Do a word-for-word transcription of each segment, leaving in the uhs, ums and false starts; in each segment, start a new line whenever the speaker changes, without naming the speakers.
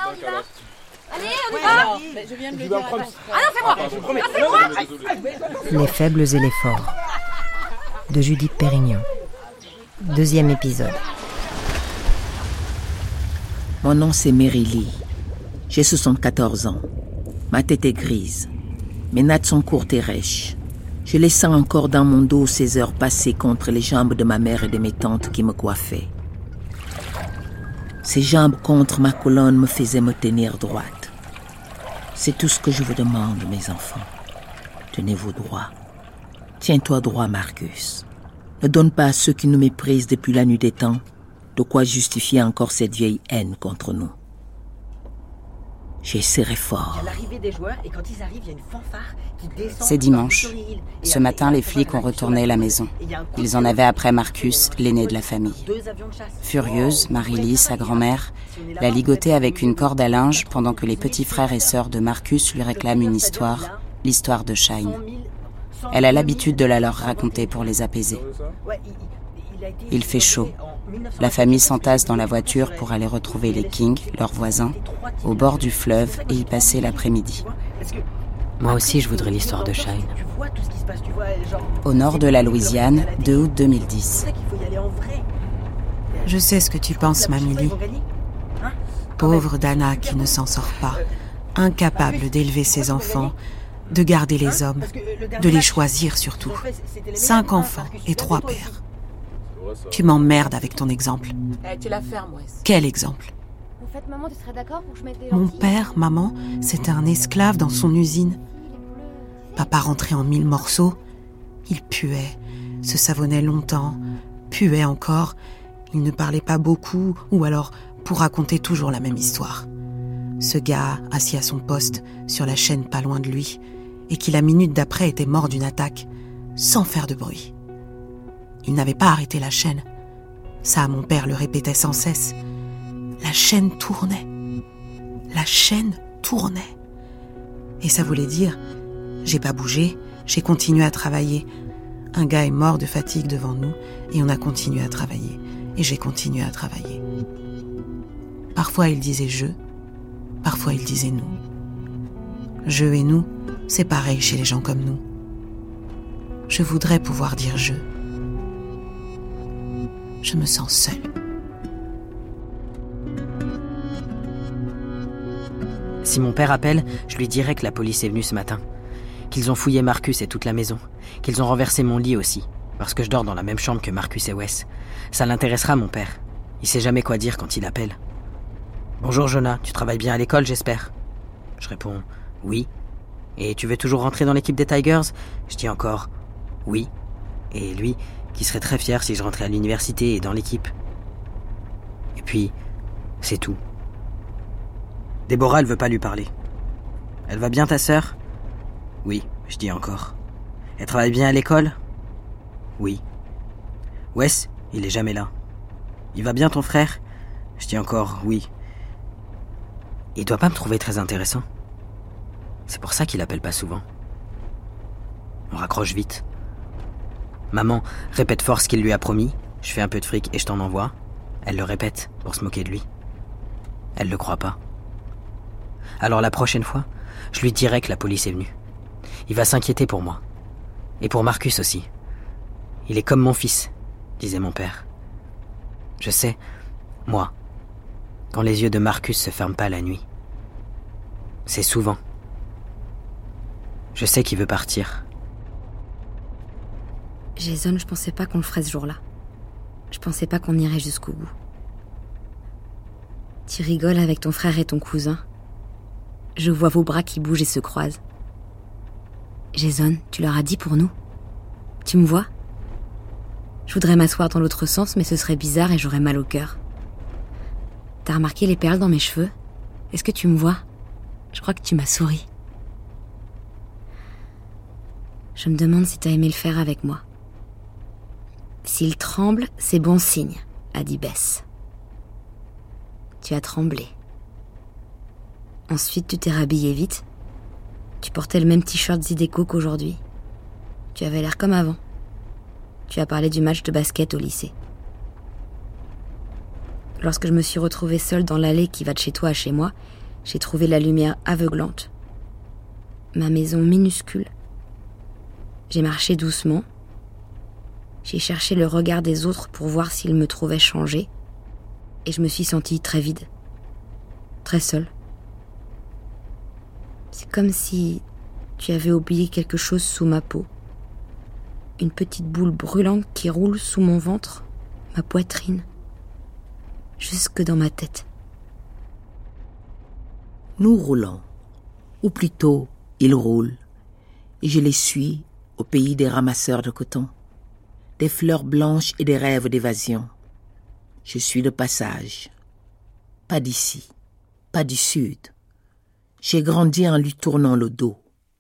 on y va. Allez, on y va.
Je viens de le dire.
Ah non, c'est moi. Ah, c'est moi.
Les faibles et les forts de Judith Pérignon. Deuxième épisode.
Mon nom c'est Mary Lee. J'ai soixante-quatorze ans. Ma tête est grise. Mes nattes sont courtes et rêches. Je les sens encore dans mon dos ces heures passées contre les jambes de ma mère et de mes tantes qui me coiffaient. Ces jambes contre ma colonne me faisaient me tenir droite. C'est tout ce que je vous demande, mes enfants. Tenez-vous droit. Tiens-toi droit, Marcus. Ne donne pas à ceux qui nous méprisent depuis la nuit des temps de quoi justifier encore cette vieille haine contre nous. J'ai serré fort.
C'est dimanche. Ce matin, les flics ont retourné la maison. Ils en avaient après Marcus, l'aîné de la famille. Furieuse, Marie-Lie, sa grand-mère, l'a ligoté avec une corde à linge pendant que les petits frères et sœurs de Marcus lui réclament une histoire, l'histoire de Shine. Elle a l'habitude de la leur raconter pour les apaiser. Il fait chaud. La famille s'entasse dans la voiture pour aller retrouver les King, leurs voisins, au bord du fleuve et y passer l'après-midi.
Moi aussi, je voudrais l'histoire de Shine.
Au nord de la Louisiane, deux août deux mille dix.
Je sais ce que tu penses, Mamie. Pauvre Dana qui ne s'en sort pas, incapable d'élever ses enfants, de garder les hommes, de les choisir surtout. Cinq enfants et trois pères. Tu m'emmerdes avec ton exemple.
Eh, tu la fermes, ouais.
Quel exemple?
En fait, maman, tu serais d'accord pour que je mette des
Mon
lentilles?
père, maman, c'était un esclave dans son usine. Papa rentrait en mille morceaux. Il puait, se savonnait longtemps, puait encore. Il ne parlait pas beaucoup, ou alors pour raconter toujours la même histoire. Ce gars, assis à son poste, sur la chaîne pas loin de lui, et qui la minute d'après était mort d'une attaque, sans faire de bruit. Il n'avait pas arrêté la chaîne. Ça, mon père le répétait sans cesse. La chaîne tournait. La chaîne tournait. Et ça voulait dire, j'ai pas bougé, j'ai continué à travailler. Un gars est mort de fatigue devant nous et on a continué à travailler. Et j'ai continué à travailler. Parfois il disait je, parfois il disait nous. Je et nous, c'est pareil chez les gens comme nous. Je voudrais pouvoir dire je. Je me sens seule.
Si mon père appelle, je lui dirai que la police est venue ce matin. Qu'ils ont fouillé Marcus et toute la maison. Qu'ils ont renversé mon lit aussi. Parce que je dors dans la même chambre que Marcus et Wes. Ça l'intéressera, mon père. Il sait jamais quoi dire quand il appelle. « Bonjour Jonah, tu travailles bien à l'école, j'espère ?» Je réponds « Oui. » « Et tu veux toujours rentrer dans l'équipe des Tigers ?» Je dis encore « Oui. » Et lui, qui serait très fier si je rentrais à l'université et dans l'équipe. Et puis, c'est tout. Déborah, elle veut pas lui parler. « Elle va bien ta sœur ?» Oui, je dis encore. « Elle travaille bien à l'école ?» Oui. « Wes, il est jamais là. »« Il va bien ton frère ?» Je dis encore oui. « Il doit pas me trouver très intéressant. C'est pour ça qu'il appelle pas souvent. » On raccroche vite. Maman répète fort ce qu'il lui a promis. Je fais un peu de fric et je t'en envoie. Elle le répète pour se moquer de lui. Elle le croit pas. Alors la prochaine fois, je lui dirai que la police est venue. Il va s'inquiéter pour moi. Et pour Marcus aussi. Il est comme mon fils, disait mon père. Je sais, moi, quand les yeux de Marcus se ferment pas la nuit. C'est souvent. Je sais qu'il veut partir.
Jason, je pensais pas qu'on le ferait ce jour-là. Je pensais pas qu'on irait jusqu'au bout. Tu rigoles avec ton frère et ton cousin. Je vois vos bras qui bougent et se croisent. Jason, tu leur as dit pour nous? Tu me vois? Je voudrais m'asseoir dans l'autre sens, mais ce serait bizarre et j'aurais mal au cœur. T'as remarqué les perles dans mes cheveux? Est-ce que tu me vois? Je crois que tu m'as souri. Je me demande si t'as aimé le faire avec moi. S'il tremble, c'est bon signe, a dit Bess. Tu as tremblé. Ensuite, tu t'es rhabillé vite. Tu portais le même t-shirt Zydeco qu'aujourd'hui. Tu avais l'air comme avant. Tu as parlé du match de basket au lycée. Lorsque je me suis retrouvée seule dans l'allée qui va de chez toi à chez moi, j'ai trouvé la lumière aveuglante. Ma maison minuscule. J'ai marché doucement. J'ai cherché le regard des autres pour voir s'ils me trouvaient changée. Et je me suis sentie très vide. Très seule. C'est comme si tu avais oublié quelque chose sous ma peau. Une petite boule brûlante qui roule sous mon ventre, ma poitrine, jusque dans ma tête.
Nous roulons, ou plutôt, ils roulent, et je les suis au pays des ramasseurs de coton, des fleurs blanches et des rêves d'évasion. Je suis de passage, pas d'ici, pas du sud. J'ai grandi en lui tournant le dos.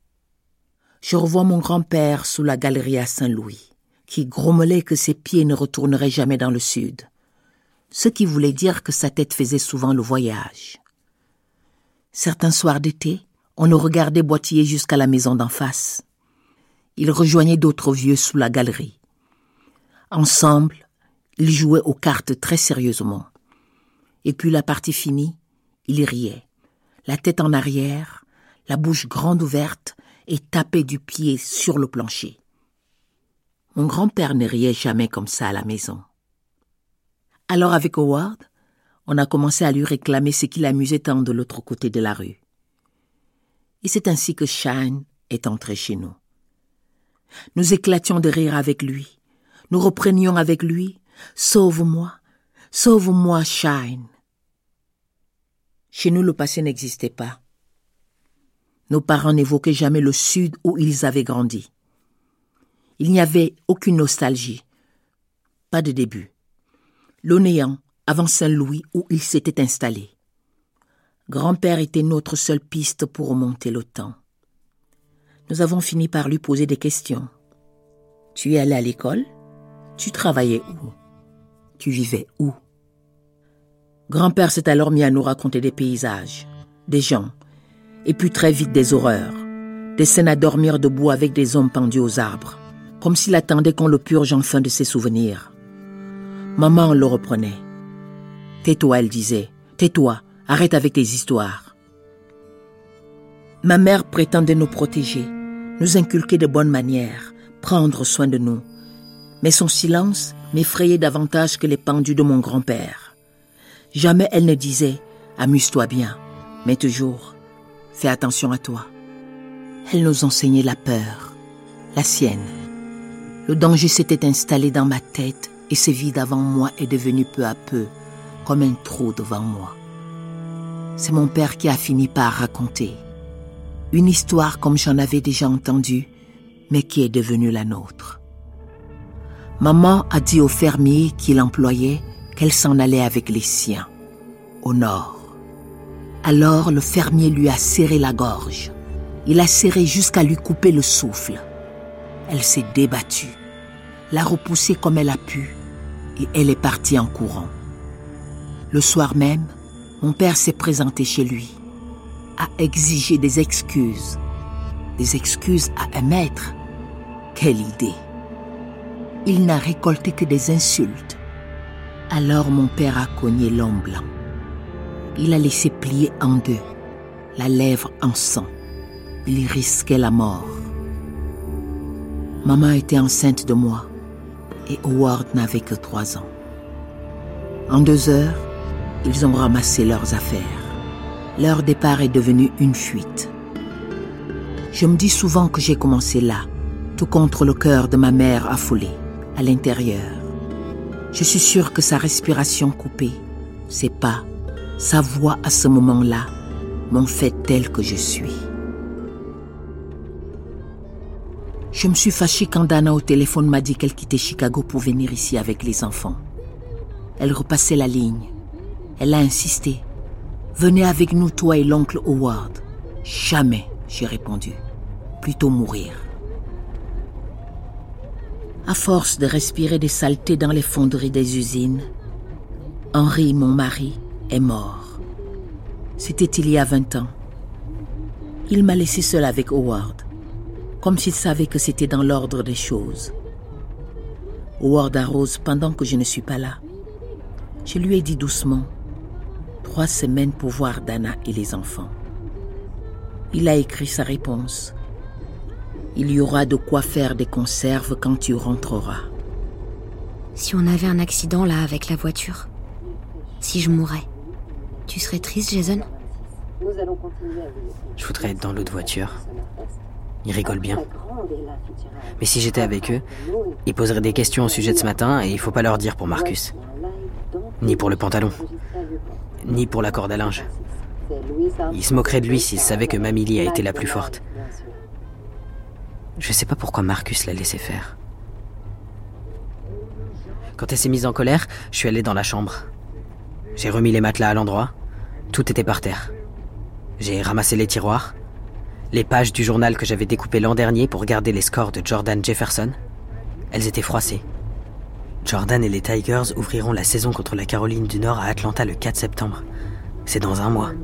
Je revois mon grand-père sous la galerie à Saint-Louis, qui grommelait que ses pieds ne retourneraient jamais dans le sud, ce qui voulait dire que sa tête faisait souvent le voyage. Certains soirs d'été, on le regardait boitiller jusqu'à la maison d'en face. Il rejoignait d'autres vieux sous la galerie. Ensemble, ils jouaient aux cartes très sérieusement. Et puis la partie finie, il riait, la tête en arrière, la bouche grande ouverte et tapait du pied sur le plancher. Mon grand-père ne riait jamais comme ça à la maison. Alors avec Howard, on a commencé à lui réclamer ce qui l'amusait tant de l'autre côté de la rue. Et c'est ainsi que Shine est entré chez nous. Nous éclations de rire avec lui. Nous reprenions avec lui « Sauve-moi, sauve-moi, Shine ». Chez nous, le passé n'existait pas. Nos parents n'évoquaient jamais le sud où ils avaient grandi. Il n'y avait aucune nostalgie, pas de début. Le néant, avant Saint-Louis où il s'était installé. Grand-père était notre seule piste pour remonter le temps. Nous avons fini par lui poser des questions. Tu es allé à l'école? Tu travaillais où? Tu vivais où? Grand-père s'est alors mis à nous raconter des paysages, des gens, et puis très vite des horreurs, des scènes à dormir debout avec des hommes pendus aux arbres, comme s'il attendait qu'on le purge enfin de ses souvenirs. Maman le reprenait. « Tais-toi », elle disait, « tais-toi, arrête avec tes histoires. » Ma mère prétendait nous protéger, nous inculquer de bonnes manières, prendre soin de nous. Mais son silence m'effrayait davantage que les pendus de mon grand-père. Jamais elle ne disait « amuse-toi bien », mais toujours « fais attention à toi ». Elle nous enseignait la peur, la sienne. Le danger s'était installé dans ma tête et ce vide avant moi est devenu peu à peu comme un trou devant moi. C'est mon père qui a fini par raconter une histoire comme j'en avais déjà entendu, mais qui est devenue la nôtre. Maman a dit au fermier qu'il employait qu'elle s'en allait avec les siens, au nord. Alors le fermier lui a serré la gorge. Il a serré jusqu'à lui couper le souffle. Elle s'est débattue, l'a repoussé comme elle a pu, et elle est partie en courant. Le soir même, mon père s'est présenté chez lui, a exigé des excuses. Des excuses à un maître. Quelle idée! Il n'a récolté que des insultes. Alors mon père a cogné l'homme blanc. Il a laissé plier en deux, la lèvre en sang. Il risquait la mort. Maman était enceinte de moi et Howard n'avait que trois ans. En deux heures, ils ont ramassé leurs affaires. Leur départ est devenu une fuite. Je me dis souvent que j'ai commencé là, tout contre le cœur de ma mère affolée, à l'intérieur. Je suis sûre que sa respiration coupée, ses pas, sa voix à ce moment-là m'ont fait telle que je suis. Je me suis fâchée quand Dana au téléphone m'a dit qu'elle quittait Chicago pour venir ici avec les enfants. Elle repassait la ligne. Elle a insisté. « Venez avec nous, toi et l'oncle Howard. » « Jamais, j'ai répondu. Plutôt mourir. À force de respirer des saletés dans les fonderies des usines, Henri, mon mari, est mort. C'était il y a vingt ans. Il m'a laissé seule avec Howard, comme s'il savait que c'était dans l'ordre des choses. Howard arrose pendant que je ne suis pas là. Je lui ai dit doucement, trois semaines pour voir Dana et les enfants. Il a écrit sa réponse. Il y aura de quoi faire des conserves quand tu rentreras.
Si on avait un accident là avec la voiture, si je mourais, tu serais triste, Jason?
Je voudrais être dans l'autre voiture. Ils rigolent bien. Mais si j'étais avec eux, ils poseraient des questions au sujet de ce matin et il faut pas leur dire pour Marcus. Ni pour le pantalon. Ni pour la corde à linge. Ils se moqueraient de lui s'ils savaient que Mamie Lee a été la plus forte. Je sais pas pourquoi Marcus l'a laissé faire. Quand elle s'est mise en colère, je suis allé dans la chambre. J'ai remis les matelas à l'endroit. Tout était par terre. J'ai ramassé les tiroirs, les pages du journal que j'avais découpé l'an dernier pour garder les scores de Jordan Jefferson. Elles étaient froissées. Jordan et les Tigers ouvriront la saison contre la Caroline du Nord à Atlanta le quatre septembre. C'est dans un mois.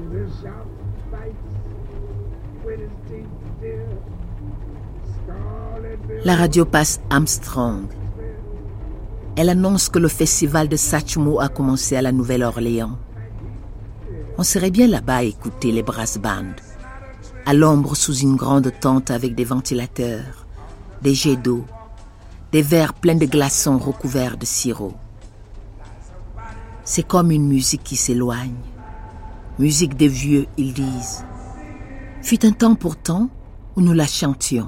La radio passe Armstrong. Elle annonce que le festival de Satchmo a commencé à la Nouvelle-Orléans. On serait bien là-bas à écouter les brass bands, à l'ombre sous une grande tente avec des ventilateurs, des jets d'eau, des verres pleins de glaçons recouverts de sirop. C'est comme une musique qui s'éloigne, musique des vieux, ils disent. Fut un temps pourtant où nous la chantions.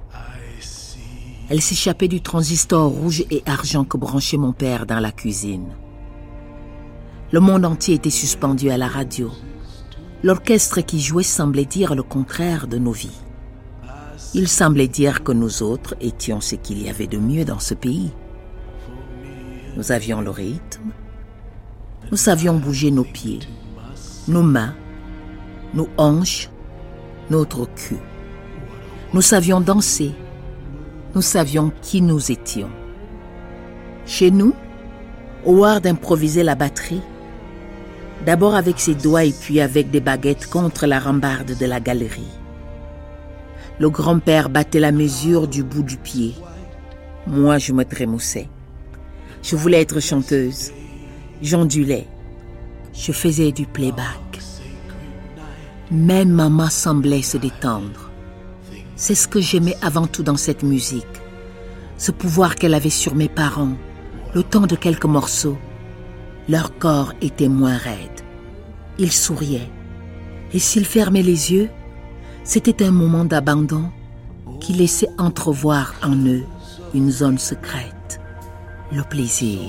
Elle s'échappait du transistor rouge et argent que branchait mon père dans la cuisine. Le monde entier était suspendu à la radio. L'orchestre qui jouait semblait dire le contraire de nos vies. Il semblait dire que nous autres étions ce qu'il y avait de mieux dans ce pays. Nous avions le rythme. Nous savions bouger nos pieds, nos mains, nos hanches, notre cul. Nous savions danser. Nous savions qui nous étions. Chez nous, Howard improvisait la batterie, d'abord avec ses doigts et puis avec des baguettes contre la rambarde de la galerie. Le grand-père battait la mesure du bout du pied. Moi, je me trémoussais. Je voulais être chanteuse. J'ondulais. Je faisais du playback. Même maman semblait se détendre. C'est ce que j'aimais avant tout dans cette musique. Ce pouvoir qu'elle avait sur mes parents, le temps de quelques morceaux. Leur corps était moins raide. Ils souriaient. Et s'ils fermaient les yeux, c'était un moment d'abandon qui laissait entrevoir en eux une zone secrète, le plaisir.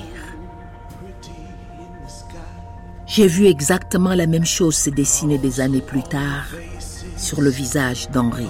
J'ai vu exactement la même chose se dessiner des années plus tard sur le visage d'Henri.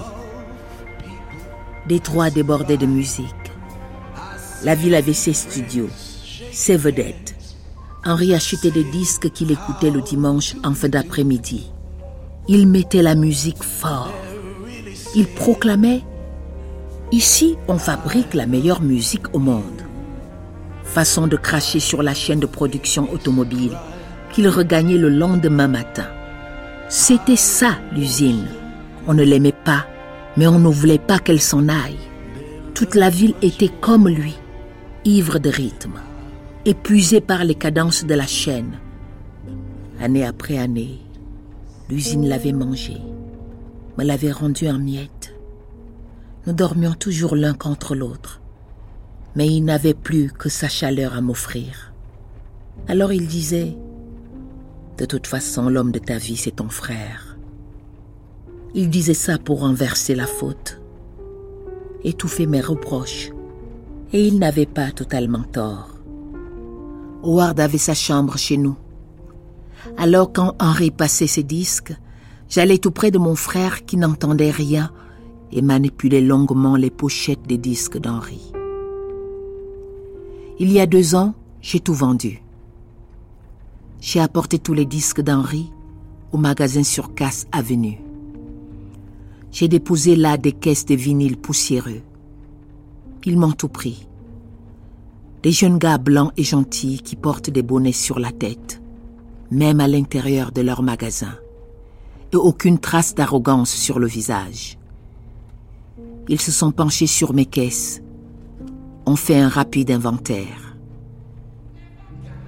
Détroit débordait de musique. La ville avait ses studios, ses vedettes. Henri achetait des disques qu'il écoutait le dimanche en fin d'après-midi. Il mettait la musique fort. Il proclamait « Ici, on fabrique la meilleure musique au monde ». Façon de cracher sur la chaîne de production automobile qu'il regagnait le lendemain matin. C'était ça, l'usine. On ne l'aimait pas, mais on ne voulait pas qu'elle s'en aille. Toute la ville était comme lui, ivre de rythme, épuisée par les cadences de la chaîne. Année après année, l'usine l'avait mangé, me l'avait rendu en miettes. Nous dormions toujours l'un contre l'autre, mais il n'avait plus que sa chaleur à m'offrir. Alors il disait, « De toute façon, l'homme de ta vie, c'est ton frère. » Il disait ça pour renverser la faute, étouffer mes reproches, et il n'avait pas totalement tort. Howard avait sa chambre chez nous. Alors quand Henri passait ses disques, j'allais tout près de mon frère qui n'entendait rien et manipulait longuement les pochettes des disques d'Henri. Il y a deux ans, j'ai tout vendu. J'ai apporté tous les disques d'Henri au magasin sur Cass Avenue. J'ai déposé là des caisses de vinyles poussiéreux. Ils m'ont tout pris. Des jeunes gars blancs et gentils qui portent des bonnets sur la tête, même à l'intérieur de leur magasin, et aucune trace d'arrogance sur le visage. Ils se sont penchés sur mes caisses, ont fait un rapide inventaire.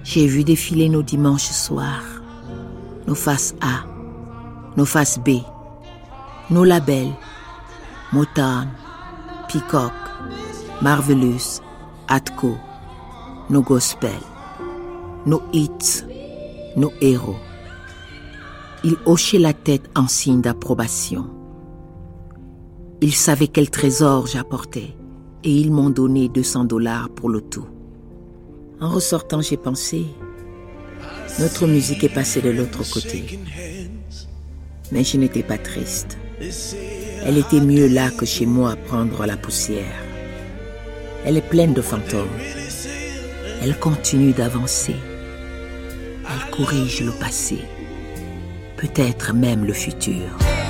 J'ai vu défiler nos dimanches soirs, nos faces A, nos faces B, nos labels, Motown, Peacock, Marvelous, Atco, nos gospels, nos hits, nos héros. Ils hochaient la tête en signe d'approbation. Ils savaient quel trésor j'apportais et ils m'ont donné deux cents dollars pour le tout. En ressortant, j'ai pensé, notre musique est passée de l'autre côté. Mais je n'étais pas triste. Elle était mieux là que chez moi à prendre la poussière. Elle est pleine de fantômes. Elle continue d'avancer. Elle corrige le passé. Peut-être même le futur.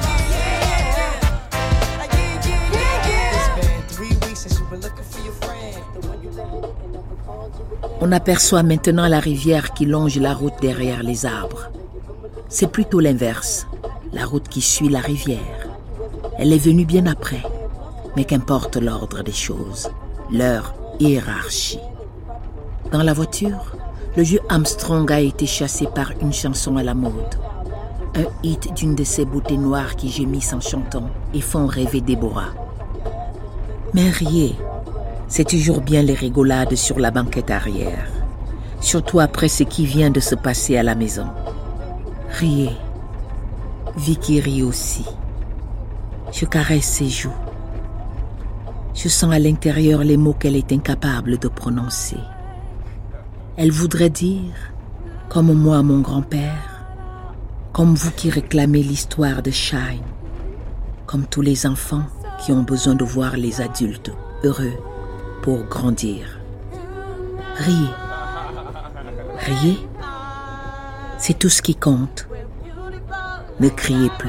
On aperçoit maintenant la rivière qui longe la route derrière les arbres. C'est plutôt l'inverse, la route qui suit la rivière. Elle est venue bien après, mais qu'importe l'ordre des choses, leur hiérarchie. Dans la voiture, le vieux Armstrong a été chassé par une chanson à la mode. Un hit d'une de ces beautés noires qui gémissent en chantant et font rêver Déborah. Mais riez, c'est toujours bien les rigolades sur la banquette arrière, surtout après ce qui vient de se passer à la maison. Riez. Vicky rit aussi. Je caresse ses joues. Je sens à l'intérieur les mots qu'elle est incapable de prononcer. Elle voudrait dire, comme moi mon grand-père, comme vous qui réclamez l'histoire de Shine, comme tous les enfants qui ont besoin de voir les adultes heureux pour grandir. Riez. Riez. C'est tout ce qui compte. Ne criez plus.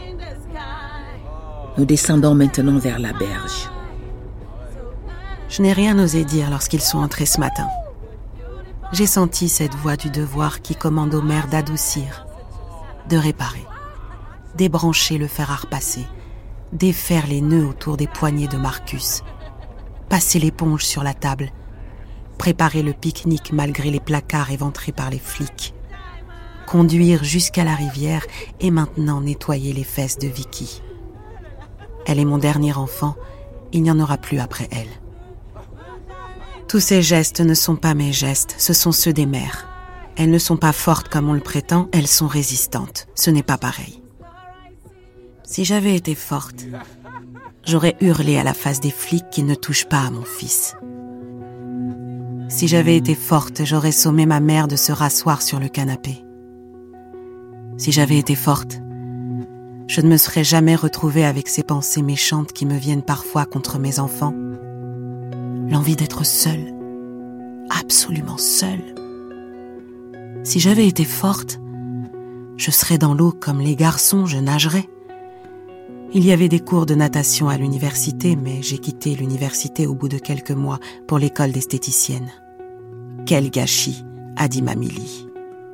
Nous descendons maintenant vers la berge.
Je n'ai rien osé dire lorsqu'ils sont entrés ce matin. J'ai senti cette voix du devoir qui commande aux mères d'adoucir, de réparer, débrancher le fer à repasser, défaire les nœuds autour des poignets de Marcus, passer l'éponge sur la table, préparer le pique-nique malgré les placards éventrés par les flics, conduire jusqu'à la rivière et maintenant nettoyer les fesses de Vicky. Elle est mon dernier enfant, il n'y en aura plus après elle. Tous ces gestes ne sont pas mes gestes, ce sont ceux des mères. Elles ne sont pas fortes comme on le prétend, elles sont résistantes. Ce n'est pas pareil. Si j'avais été forte, j'aurais hurlé à la face des flics qui ne touchent pas à mon fils. Si j'avais été forte, j'aurais sommé ma mère de se rasseoir sur le canapé. Si j'avais été forte, je ne me serais jamais retrouvée avec ces pensées méchantes qui me viennent parfois contre mes enfants. L'envie d'être seule, absolument seule. Si j'avais été forte, je serais dans l'eau comme les garçons, je nagerais. Il y avait des cours de natation à l'université, mais j'ai quitté l'université au bout de quelques mois pour l'école d'esthéticienne. Quel gâchis, a dit Mamie.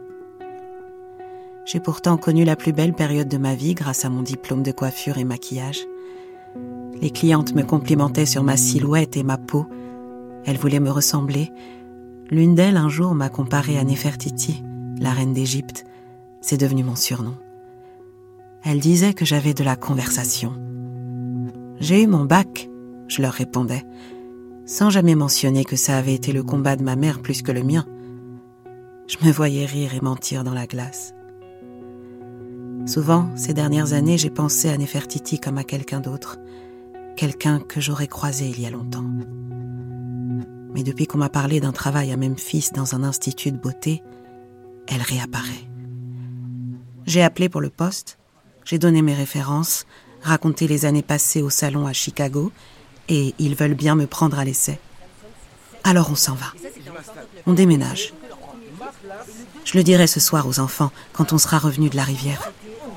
J'ai pourtant connu la plus belle période de ma vie grâce à mon diplôme de coiffure et maquillage. Les clientes me complimentaient sur ma silhouette et ma peau. Elles voulaient me ressembler. L'une d'elles, un jour, m'a comparée à Néfertiti, la reine d'Égypte. C'est devenu mon surnom. Elle disait que j'avais de la conversation. J'ai eu mon bac, je leur répondais, sans jamais mentionner que ça avait été le combat de ma mère plus que le mien. Je me voyais rire et mentir dans la glace. Souvent, ces dernières années, j'ai pensé à Néfertiti comme à quelqu'un d'autre, quelqu'un que j'aurais croisé il y a longtemps. Mais depuis qu'on m'a parlé d'un travail à Memphis dans un institut de beauté, elle réapparaît. J'ai appelé pour le poste, j'ai donné mes références, raconté les années passées au salon à Chicago, et ils veulent bien me prendre à l'essai. Alors on s'en va. On déménage. Je le dirai ce soir aux enfants, quand on sera revenu de la rivière.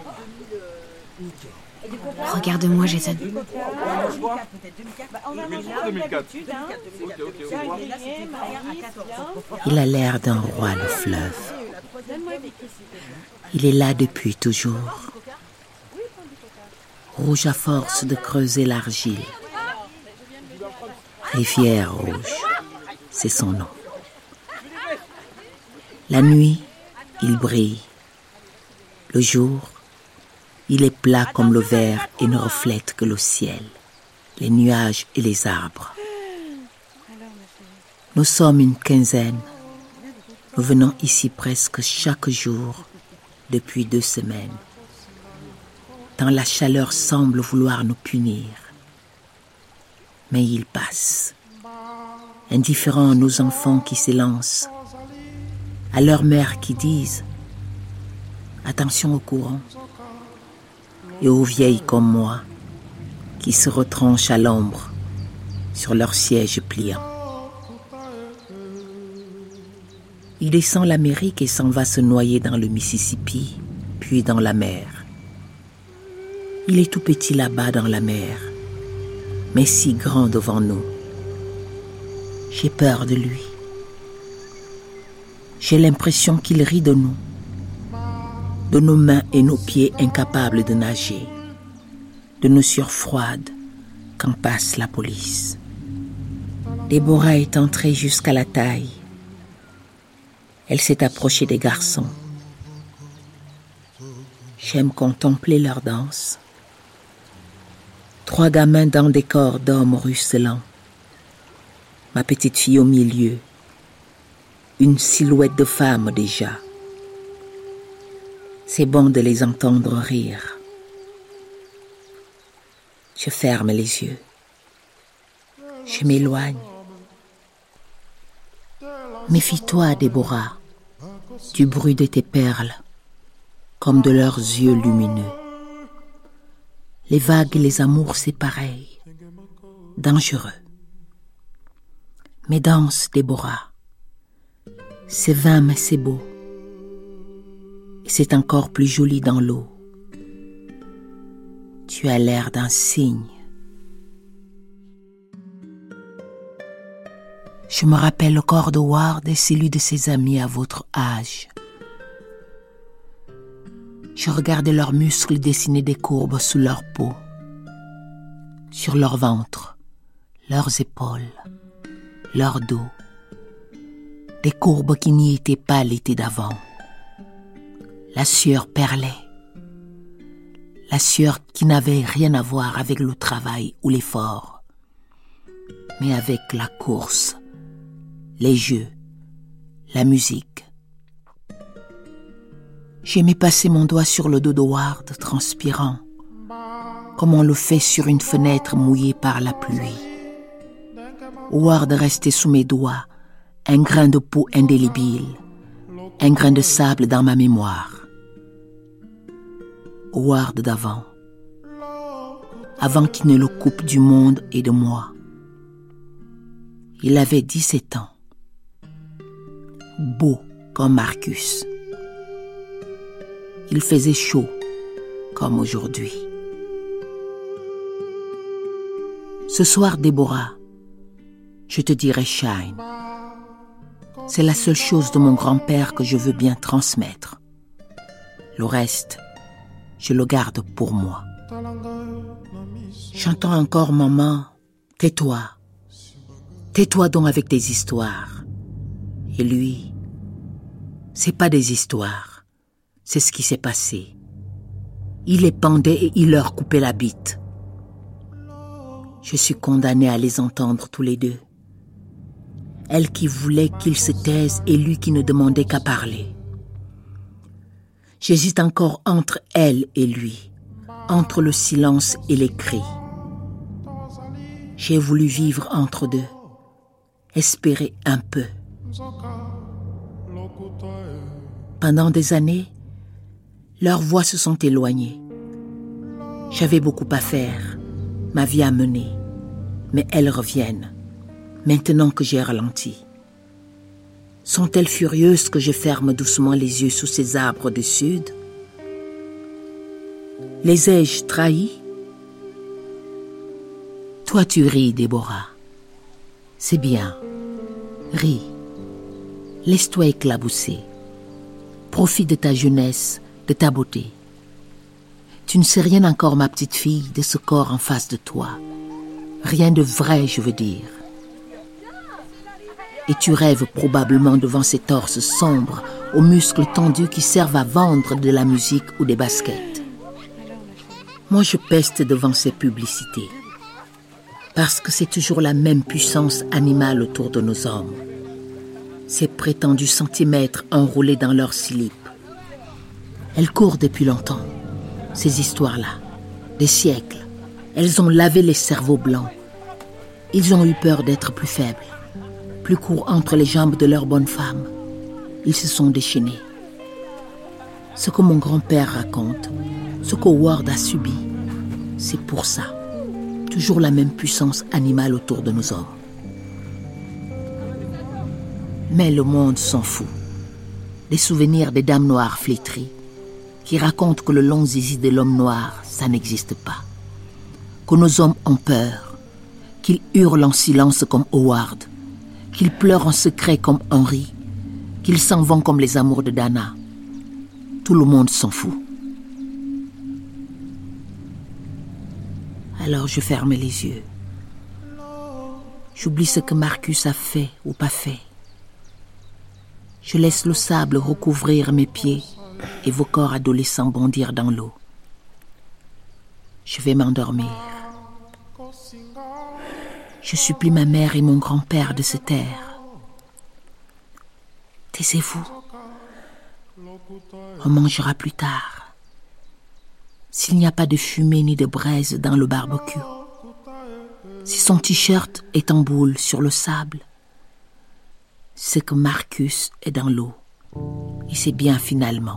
Regarde-moi, Jason.
Il a l'air d'un roi, le fleuve. Il est là depuis toujours. Rouge à force de creuser l'argile. Rivière rouge, c'est son nom. La nuit, il brille. Le jour, il est plat comme le verre et ne reflète que le ciel, les nuages et les arbres. Nous sommes une quinzaine. Nous venons ici presque chaque jour depuis deux semaines. Tant la chaleur semble vouloir nous punir. Mais il passe, indifférents à nos enfants qui s'élancent, à leurs mères qui disent « Attention au courant » et aux vieilles comme moi qui se retranchent à l'ombre sur leurs sièges pliants. Il descend l'Amérique et s'en va se noyer dans le Mississippi, puis dans la mer. Il est tout petit là-bas dans la mer, mais si grand devant nous. J'ai peur de lui. J'ai l'impression qu'il rit de nous, de nos mains et nos pieds incapables de nager, de nos sueurs froides quand passe la police. Déborah est entrée jusqu'à la taille. Elle s'est approchée des garçons. J'aime contempler leur danse. Trois gamins dans des corps d'hommes ruisselants. Ma petite fille au milieu. Une silhouette de femme déjà. C'est bon de les entendre rire. Je ferme les yeux. Je m'éloigne. Méfie-toi, Déborah, du bruit de tes perles, comme de leurs yeux lumineux. Les vagues et les amours, c'est pareil, dangereux. Mais danse, Déborah. C'est vain, mais c'est beau. Et c'est encore plus joli dans l'eau. Tu as l'air d'un cygne. Je me rappelle le corps de Ward et celui de ses amis à votre âge. Je regardais leurs muscles dessiner des courbes sous leur peau, sur leur ventre, leurs épaules, leur dos. Des courbes qui n'y étaient pas l'été d'avant. La sueur perlait. La sueur qui n'avait rien à voir avec le travail ou l'effort, mais avec la course, les jeux, la musique. J'aimais passer mon doigt sur le dos de Ward, transpirant, comme on le fait sur une fenêtre mouillée par la pluie. Ward restait sous mes doigts, un grain de peau indélébile, un grain de sable dans ma mémoire. Ward d'avant, avant qu'il ne le coupe du monde et de moi. Il avait dix-sept ans, beau comme Marcus. Il faisait chaud comme aujourd'hui. Ce soir, Déborah, je te dirai Shine. C'est la seule chose de mon grand-père que je veux bien transmettre. Le reste, je le garde pour moi. J'entends encore maman, tais-toi. Tais-toi donc avec tes histoires. Et lui, c'est pas des histoires, c'est ce qui s'est passé. Il les pendait et il leur coupait la bite. Je suis condamnée à les entendre tous les deux. Elle qui voulait qu'il se taise et lui qui ne demandait qu'à parler. J'hésite encore entre elle et lui, entre le silence et les cris. J'ai voulu vivre entre deux, espérer un peu. Pendant des années, leurs voix se sont éloignées. J'avais beaucoup à faire, ma vie à mener, mais elles reviennent, maintenant que j'ai ralenti. Sont-elles furieuses que je ferme doucement les yeux sous ces arbres du sud? Les ai-je trahis? Toi tu ris, Déborah. C'est bien. Ris. Laisse-toi éclabousser. Profite de ta jeunesse, de ta beauté. Tu ne sais rien encore, ma petite fille, de ce corps en face de toi. Rien de vrai, je veux dire. Et tu rêves probablement devant ces torses sombres, aux muscles tendus qui servent à vendre de la musique ou des baskets. Moi, je peste devant ces publicités. Parce que c'est toujours la même puissance animale autour de nos hommes. Ces prétendus centimètres enroulés dans leurs slip. Elles courent depuis longtemps, ces histoires-là, des siècles. Elles ont lavé les cerveaux blancs. Ils ont eu peur d'être plus faibles, plus courts entre les jambes de leurs bonnes femmes. Ils se sont déchaînés. Ce que mon grand-père raconte, ce qu'Howard a subi, c'est pour ça. Toujours la même puissance animale autour de nos hommes. Mais le monde s'en fout. Les souvenirs des dames noires flétries qui racontent que le long zizi de l'homme noir, ça n'existe pas. Que nos hommes ont peur, qu'ils hurlent en silence comme Howard, qu'ils pleurent en secret comme Henry, qu'ils s'en vont comme les amours de Dana. Tout le monde s'en fout. Alors je ferme les yeux. J'oublie ce que Marcus a fait ou pas fait. Je laisse le sable recouvrir mes pieds et vos corps adolescents bondir dans l'eau. Je vais m'endormir. Je supplie ma mère et mon grand-père de se taire. Taisez-vous. On mangera plus tard. S'il n'y a pas de fumée ni de braise dans le barbecue, si son t-shirt est en boule sur le sable, c'est que Marcus est dans l'eau. Et c'est bien finalement.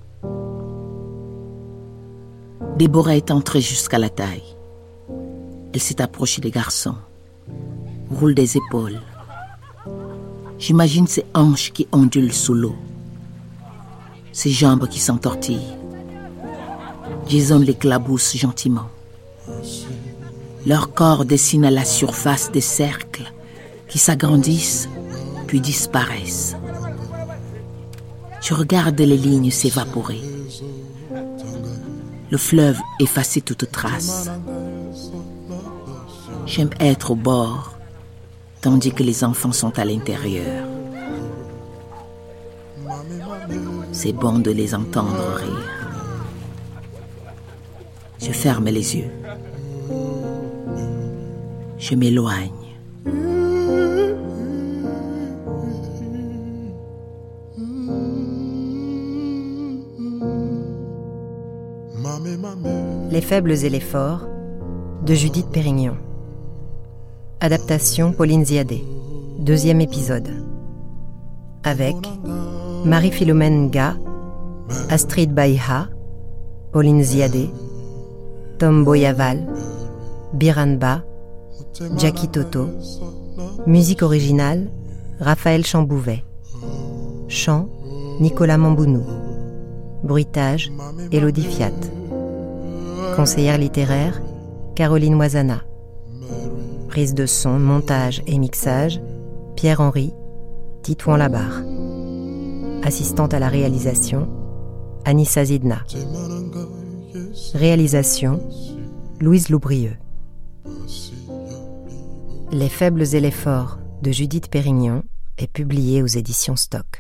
Déborah est entrée jusqu'à la taille. Elle s'est approchée des garçons, roule des épaules. J'imagine ses hanches qui ondulent sous l'eau, ses jambes qui s'entortillent. Jason l'éclabousse gentiment. Leur corps dessine à la surface des cercles qui s'agrandissent puis disparaissent. Je regarde les lignes s'évaporer. Le fleuve effacer toute trace. J'aime être au bord, tandis que les enfants sont à l'intérieur. C'est bon de les entendre rire. Je ferme les yeux. Je m'éloigne.
Les faibles et les forts de Judith Pérignon. Adaptation Pauline Ziadé. Deuxième épisode. Avec Marie-Philomène Nga, Astrid Baïha, Pauline Ziadé, Tom Boyaval, Biranba, Jackie Toto. Musique originale, Raphaël Chambouvet. Chant, Nicolas Mambounou. Bruitage, Élodie Fiat. Conseillère littéraire, Caroline Moisana. Prise de son, montage et mixage, Pierre-Henri, Titouan Labarre. Assistante à la réalisation, Anissa Zidna. Réalisation, Louise Loubrieux. Les faibles et les forts de Judith Pérignon est publié aux éditions Stock.